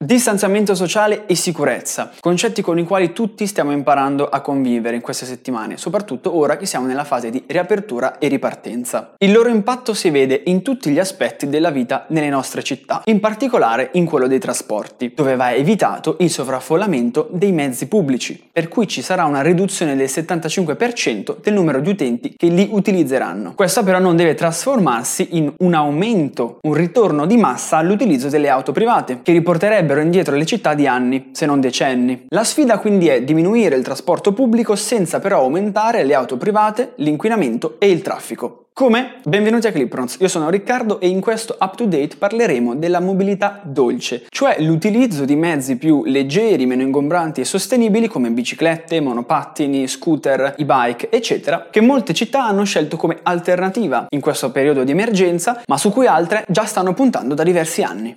Distanziamento sociale e sicurezza, concetti con i quali tutti stiamo imparando a convivere in queste settimane, soprattutto ora che siamo nella fase di riapertura e ripartenza. Il loro impatto si vede in tutti gli aspetti della vita nelle nostre città, in particolare in quello dei trasporti, dove va evitato il sovraffollamento dei mezzi pubblici, per cui ci sarà una riduzione del 75% del numero di utenti che li utilizzeranno. Questo però non deve trasformarsi in un aumento, un ritorno di massa all'utilizzo delle auto private, che riporterebbe indietro le città di anni, se non decenni. La sfida quindi è diminuire il trasporto pubblico senza però aumentare le auto private, l'inquinamento e il traffico. Come? Benvenuti a Cliprons, io sono Riccardo e in questo Up to Date parleremo della mobilità dolce, cioè l'utilizzo di mezzi più leggeri, meno ingombranti e sostenibili come biciclette, monopattini, scooter, e-bike, eccetera, che molte città hanno scelto come alternativa in questo periodo di emergenza, ma su cui altre già stanno puntando da diversi anni.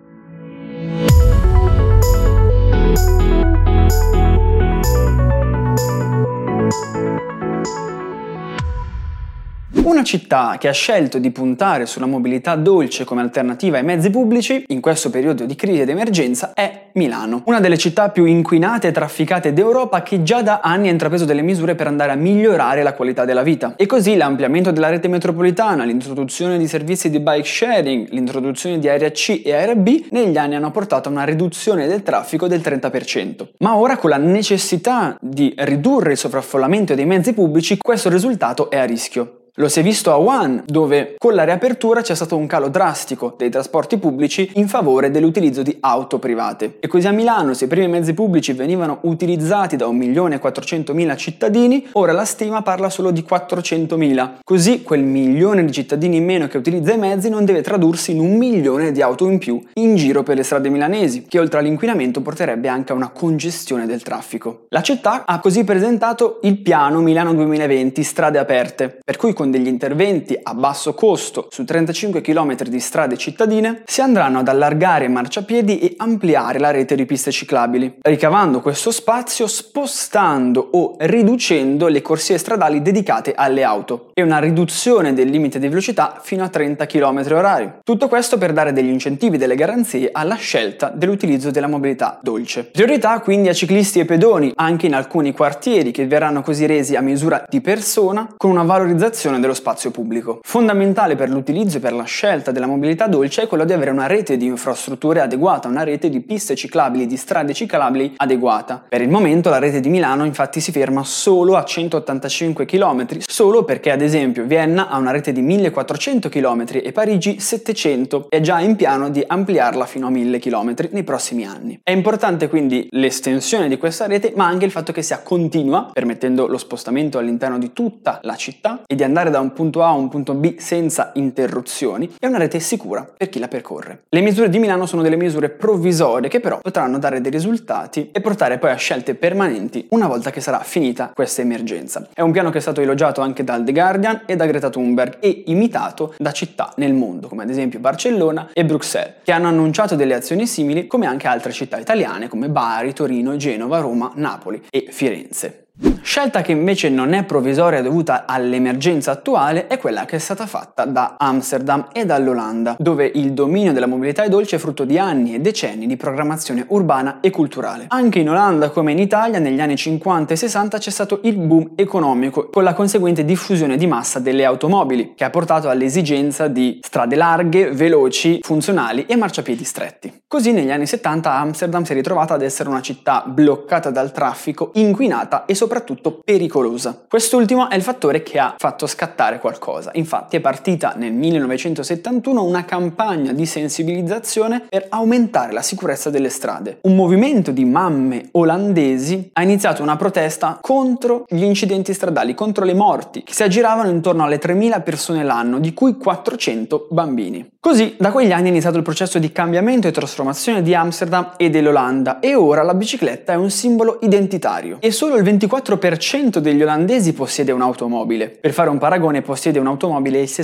Una città che ha scelto di puntare sulla mobilità dolce come alternativa ai mezzi pubblici in questo periodo di crisi ed emergenza è Milano, una delle città più inquinate e trafficate d'Europa che già da anni ha intrapreso delle misure per andare a migliorare la qualità della vita. E così l'ampliamento della rete metropolitana, l'introduzione di servizi di bike sharing, l'introduzione di area C e area B negli anni hanno portato a una riduzione del traffico del 30%. Ma ora con la necessità di ridurre il sovraffollamento dei mezzi pubblici questo risultato è a rischio. Lo si è visto a Wuhan, dove con la riapertura c'è stato un calo drastico dei trasporti pubblici in favore dell'utilizzo di auto private. E così a Milano, se i primi mezzi pubblici venivano utilizzati da 1.400.000 cittadini, ora la stima parla solo di 400.000. Così quel milione di cittadini in meno che utilizza i mezzi non deve tradursi in 1 milione di auto in più in giro per le strade milanesi, che oltre all'inquinamento porterebbe anche a una congestione del traffico. La città ha così presentato il piano Milano 2020 Strade Aperte, per cui con degli interventi a basso costo su 35 km di strade cittadine si andranno ad allargare i marciapiedi e ampliare la rete di piste ciclabili, ricavando questo spazio spostando o riducendo le corsie stradali dedicate alle auto e una riduzione del limite di velocità fino a 30 km/h. Tutto questo per dare degli incentivi e delle garanzie alla scelta dell'utilizzo della mobilità dolce. Priorità quindi a ciclisti e pedoni anche in alcuni quartieri che verranno così resi a misura di persona con una valorizzazione dello spazio pubblico. Fondamentale per l'utilizzo e per la scelta della mobilità dolce è quello di avere una rete di infrastrutture adeguata, una rete di piste ciclabili, di strade ciclabili adeguata. Per il momento la rete di Milano infatti si ferma solo a 185 km, solo perché ad esempio Vienna ha una rete di 1400 km e Parigi 700, è già in piano di ampliarla fino a 1000 km nei prossimi anni. È importante quindi l'estensione di questa rete, ma anche il fatto che sia continua, permettendo lo spostamento all'interno di tutta la città e di andare da un punto A a un punto B senza interruzioni, è una rete sicura per chi la percorre. Le misure di Milano sono delle misure provvisorie che però potranno dare dei risultati e portare poi a scelte permanenti una volta che sarà finita questa emergenza. È un piano che è stato elogiato anche dal The Guardian e da Greta Thunberg e imitato da città nel mondo, come ad esempio Barcellona e Bruxelles, che hanno annunciato delle azioni simili, come anche altre città italiane come Bari, Torino, Genova, Roma, Napoli e Firenze. Scelta che invece non è provvisoria dovuta all'emergenza attuale è quella che è stata fatta da Amsterdam e dall'Olanda, dove il dominio della mobilità è dolce è frutto di anni e decenni di programmazione urbana e culturale. Anche in Olanda come in Italia negli anni 50 e 60 c'è stato il boom economico con la conseguente diffusione di massa delle automobili, che ha portato all'esigenza di strade larghe, veloci, funzionali e marciapiedi stretti. Così negli anni 70 Amsterdam si è ritrovata ad essere una città bloccata dal traffico, inquinata e soprattutto pericolosa. Quest'ultimo è il fattore che ha fatto scattare qualcosa. Infatti è partita nel 1971 una campagna di sensibilizzazione per aumentare la sicurezza delle strade. Un movimento di mamme olandesi ha iniziato una protesta contro gli incidenti stradali, contro le morti, che si aggiravano intorno alle 3.000 persone l'anno, di cui 400 bambini. Così da quegli anni è iniziato il processo di cambiamento e trasformazione di Amsterdam e dell'Olanda e ora la bicicletta è un simbolo identitario. E solo il 24 24% degli olandesi possiede un'automobile. Per fare un paragone, possiede un'automobile il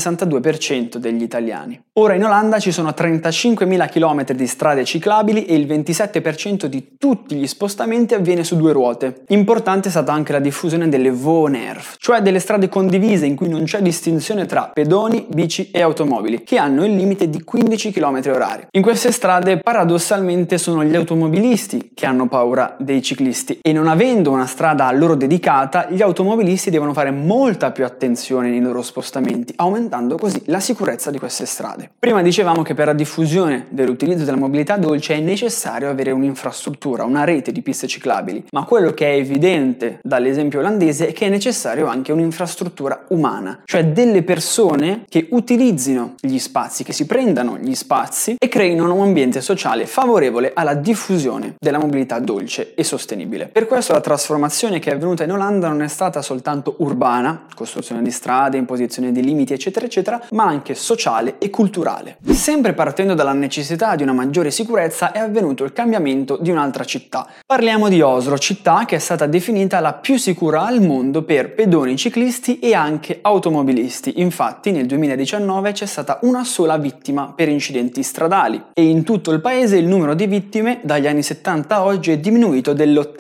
62% degli italiani. Ora in Olanda ci sono 35.000 km di strade ciclabili e il 27% di tutti gli spostamenti avviene su due ruote. Importante è stata anche la diffusione delle woonerf, cioè delle strade condivise in cui non c'è distinzione tra pedoni, bici e automobili, che hanno il limite di 15 km/h. In queste strade paradossalmente sono gli automobilisti che hanno paura dei ciclisti e, non avendo una strada a loro dedicata, gli automobilisti devono fare molta più attenzione nei loro spostamenti, aumentando così la sicurezza di queste strade. Prima dicevamo che per la diffusione dell'utilizzo della mobilità dolce è necessario avere un'infrastruttura, una rete di piste ciclabili, ma quello che è evidente dall'esempio olandese è che è necessario anche un'infrastruttura umana, cioè delle persone che utilizzino gli spazi, che si prendano gli spazi e creino un ambiente sociale favorevole alla diffusione della mobilità dolce e sostenibile. Per questo la trasformazione che è avvenuta in Olanda non è stata soltanto urbana, costruzione di strade, imposizione di limiti eccetera eccetera, ma anche sociale e culturale. Sempre partendo dalla necessità di una maggiore sicurezza è avvenuto il cambiamento di un'altra città. Parliamo di Oslo, città che è stata definita la più sicura al mondo per pedoni, ciclisti e anche automobilisti. Infatti nel 2019 c'è stata una sola vittima per incidenti stradali e in tutto il paese il numero di vittime dagli anni 70 a oggi è diminuito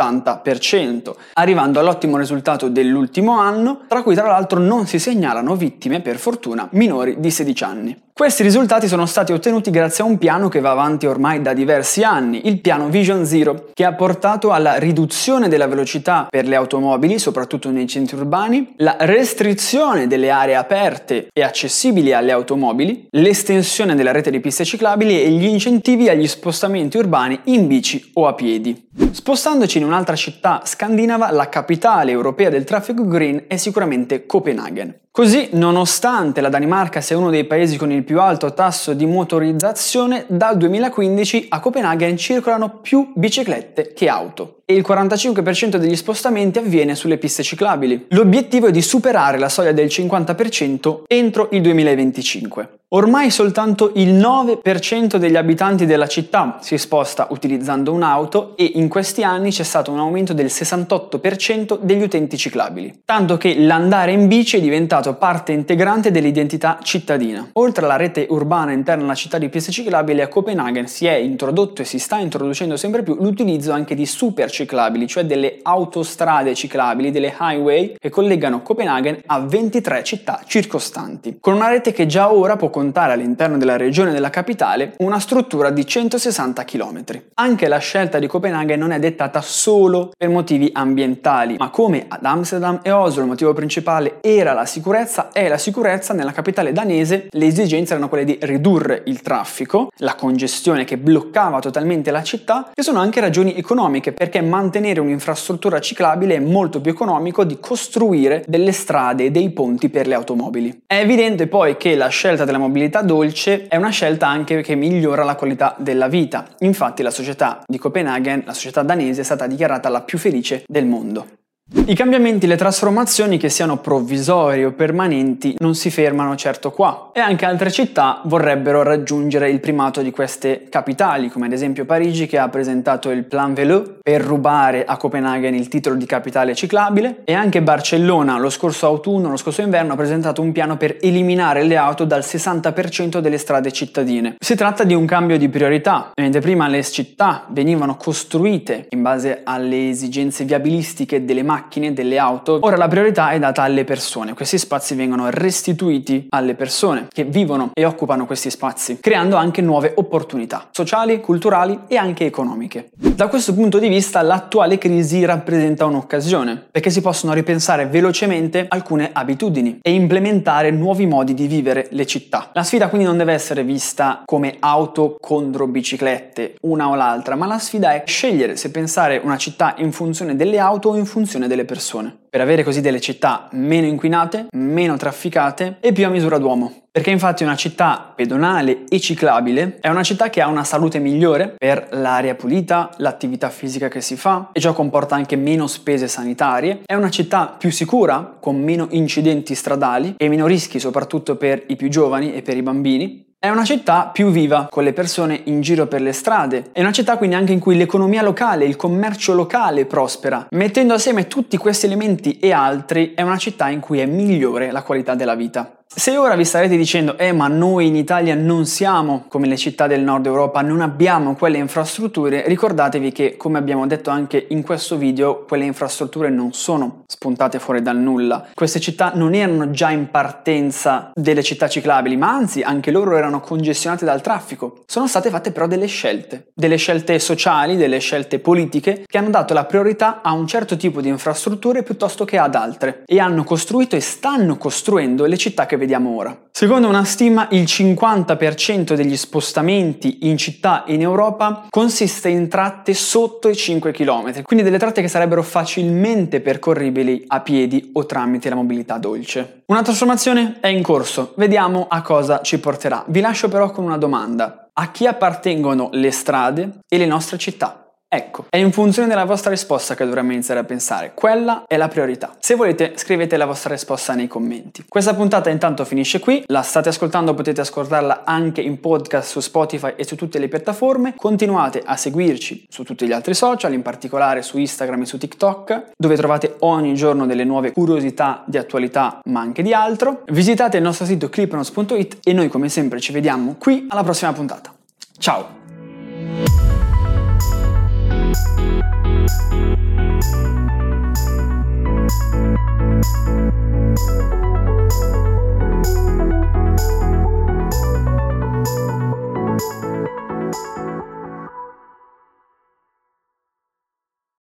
dell'80%, arrivando all'ottimo risultato dell'ultimo anno, tra cui tra l'altro non si segnalano vittime, per fortuna, minori di 16 anni. Questi risultati sono stati ottenuti grazie a un piano che va avanti ormai da diversi anni, il piano Vision Zero, che ha portato alla riduzione della velocità per le automobili, soprattutto nei centri urbani, la restrizione delle aree aperte e accessibili alle automobili, l'estensione della rete di piste ciclabili e gli incentivi agli spostamenti urbani in bici o a piedi. Spostandoci in un'altra città scandinava, la capitale europea del traffico green è sicuramente Copenaghen. Così, nonostante la Danimarca sia uno dei paesi con il più alto tasso di motorizzazione, dal 2015 a Copenaghen circolano più biciclette che auto e il 45% degli spostamenti avviene sulle piste ciclabili. L'obiettivo è di superare la soglia del 50% entro il 2025. Ormai soltanto il 9% degli abitanti della città si sposta utilizzando un'auto e in questi anni c'è stato un aumento del 68% degli utenti ciclabili, tanto che l'andare in bici è diventato parte integrante dell'identità cittadina. Oltre alla rete urbana interna alla città di piste ciclabili, a Copenaghen si è introdotto e si sta introducendo sempre più l'utilizzo anche di super ciclabili, cioè delle autostrade ciclabili, delle highway che collegano Copenaghen a 23 città circostanti, con una rete che già ora può contare all'interno della regione della capitale una struttura di 160 km. Anche la scelta di Copenaghen non è dettata solo per motivi ambientali, ma come ad Amsterdam e Oslo il motivo principale era la sicurezza, è la sicurezza. Nella capitale danese le esigenze erano quelle di ridurre il traffico, la congestione che bloccava totalmente la città, e sono anche ragioni economiche, perché mantenere un'infrastruttura ciclabile è molto più economico di costruire delle strade e dei ponti per le automobili. È evidente poi che la scelta della mobilità dolce è una scelta anche che migliora la qualità della vita. Infatti la società di Copenaghen, la società danese, è stata dichiarata la più felice del mondo. I cambiamenti, le trasformazioni, che siano provvisorie o permanenti, non si fermano certo qua, e anche altre città vorrebbero raggiungere il primato di queste capitali, come ad esempio Parigi, che ha presentato il Plan Vélo per rubare a Copenaghen il titolo di capitale ciclabile, e anche Barcellona lo scorso autunno, lo scorso inverno, ha presentato un piano per eliminare le auto dal 60% delle strade cittadine. Si tratta di un cambio di priorità. Mentre prima le città venivano costruite in base alle esigenze viabilistiche delle macchine, delle auto, ora la priorità è data alle persone. Questi spazi vengono restituiti alle persone che vivono e occupano questi spazi, creando anche nuove opportunità sociali, culturali e anche economiche. Da questo punto di vista l'attuale crisi rappresenta un'occasione, perché si possono ripensare velocemente alcune abitudini e implementare nuovi modi di vivere le città. La sfida quindi non deve essere vista come auto contro biciclette, una o l'altra, ma la sfida è scegliere se pensare una città in funzione delle auto o in funzione delle persone, per avere così delle città meno inquinate, meno trafficate e più a misura d'uomo. Perché infatti una città pedonale e ciclabile è una città che ha una salute migliore per l'aria pulita, l'attività fisica che si fa, e ciò comporta anche meno spese sanitarie. È una città più sicura, con meno incidenti stradali e meno rischi soprattutto per i più giovani e per i bambini. È una città più viva, con le persone in giro per le strade. È una città quindi anche in cui l'economia locale, il commercio locale prospera. Mettendo assieme tutti questi elementi e altri, è una città in cui è migliore la qualità della vita. Se ora vi starete dicendo ma noi in Italia non siamo come le città del nord Europa, non abbiamo quelle infrastrutture, ricordatevi che, come abbiamo detto anche in questo video, quelle infrastrutture non sono spuntate fuori dal nulla. Queste città non erano già in partenza delle città ciclabili, ma anzi anche loro erano congestionate dal traffico. Sono state fatte però delle scelte sociali, delle scelte politiche che hanno dato la priorità a un certo tipo di infrastrutture piuttosto che ad altre e hanno costruito e stanno costruendo le città che vediamo ora. Secondo una stima, il 50% degli spostamenti in città in Europa consiste in tratte sotto i 5 km, quindi delle tratte che sarebbero facilmente percorribili a piedi o tramite la mobilità dolce. Una trasformazione è in corso, vediamo a cosa ci porterà. Vi lascio però con una domanda: a chi appartengono le strade e le nostre città? Ecco, è in funzione della vostra risposta che dovremmo iniziare a pensare. Quella è la priorità. Se volete, scrivete la vostra risposta nei commenti. Questa puntata intanto finisce qui. La state ascoltando, potete ascoltarla anche in podcast su Spotify e su tutte le piattaforme. Continuate a seguirci su tutti gli altri social, in particolare su Instagram e su TikTok, dove trovate ogni giorno delle nuove curiosità di attualità, ma anche di altro. Visitate il nostro sito clipnotes.it e noi, come sempre, ci vediamo qui alla prossima puntata. Ciao!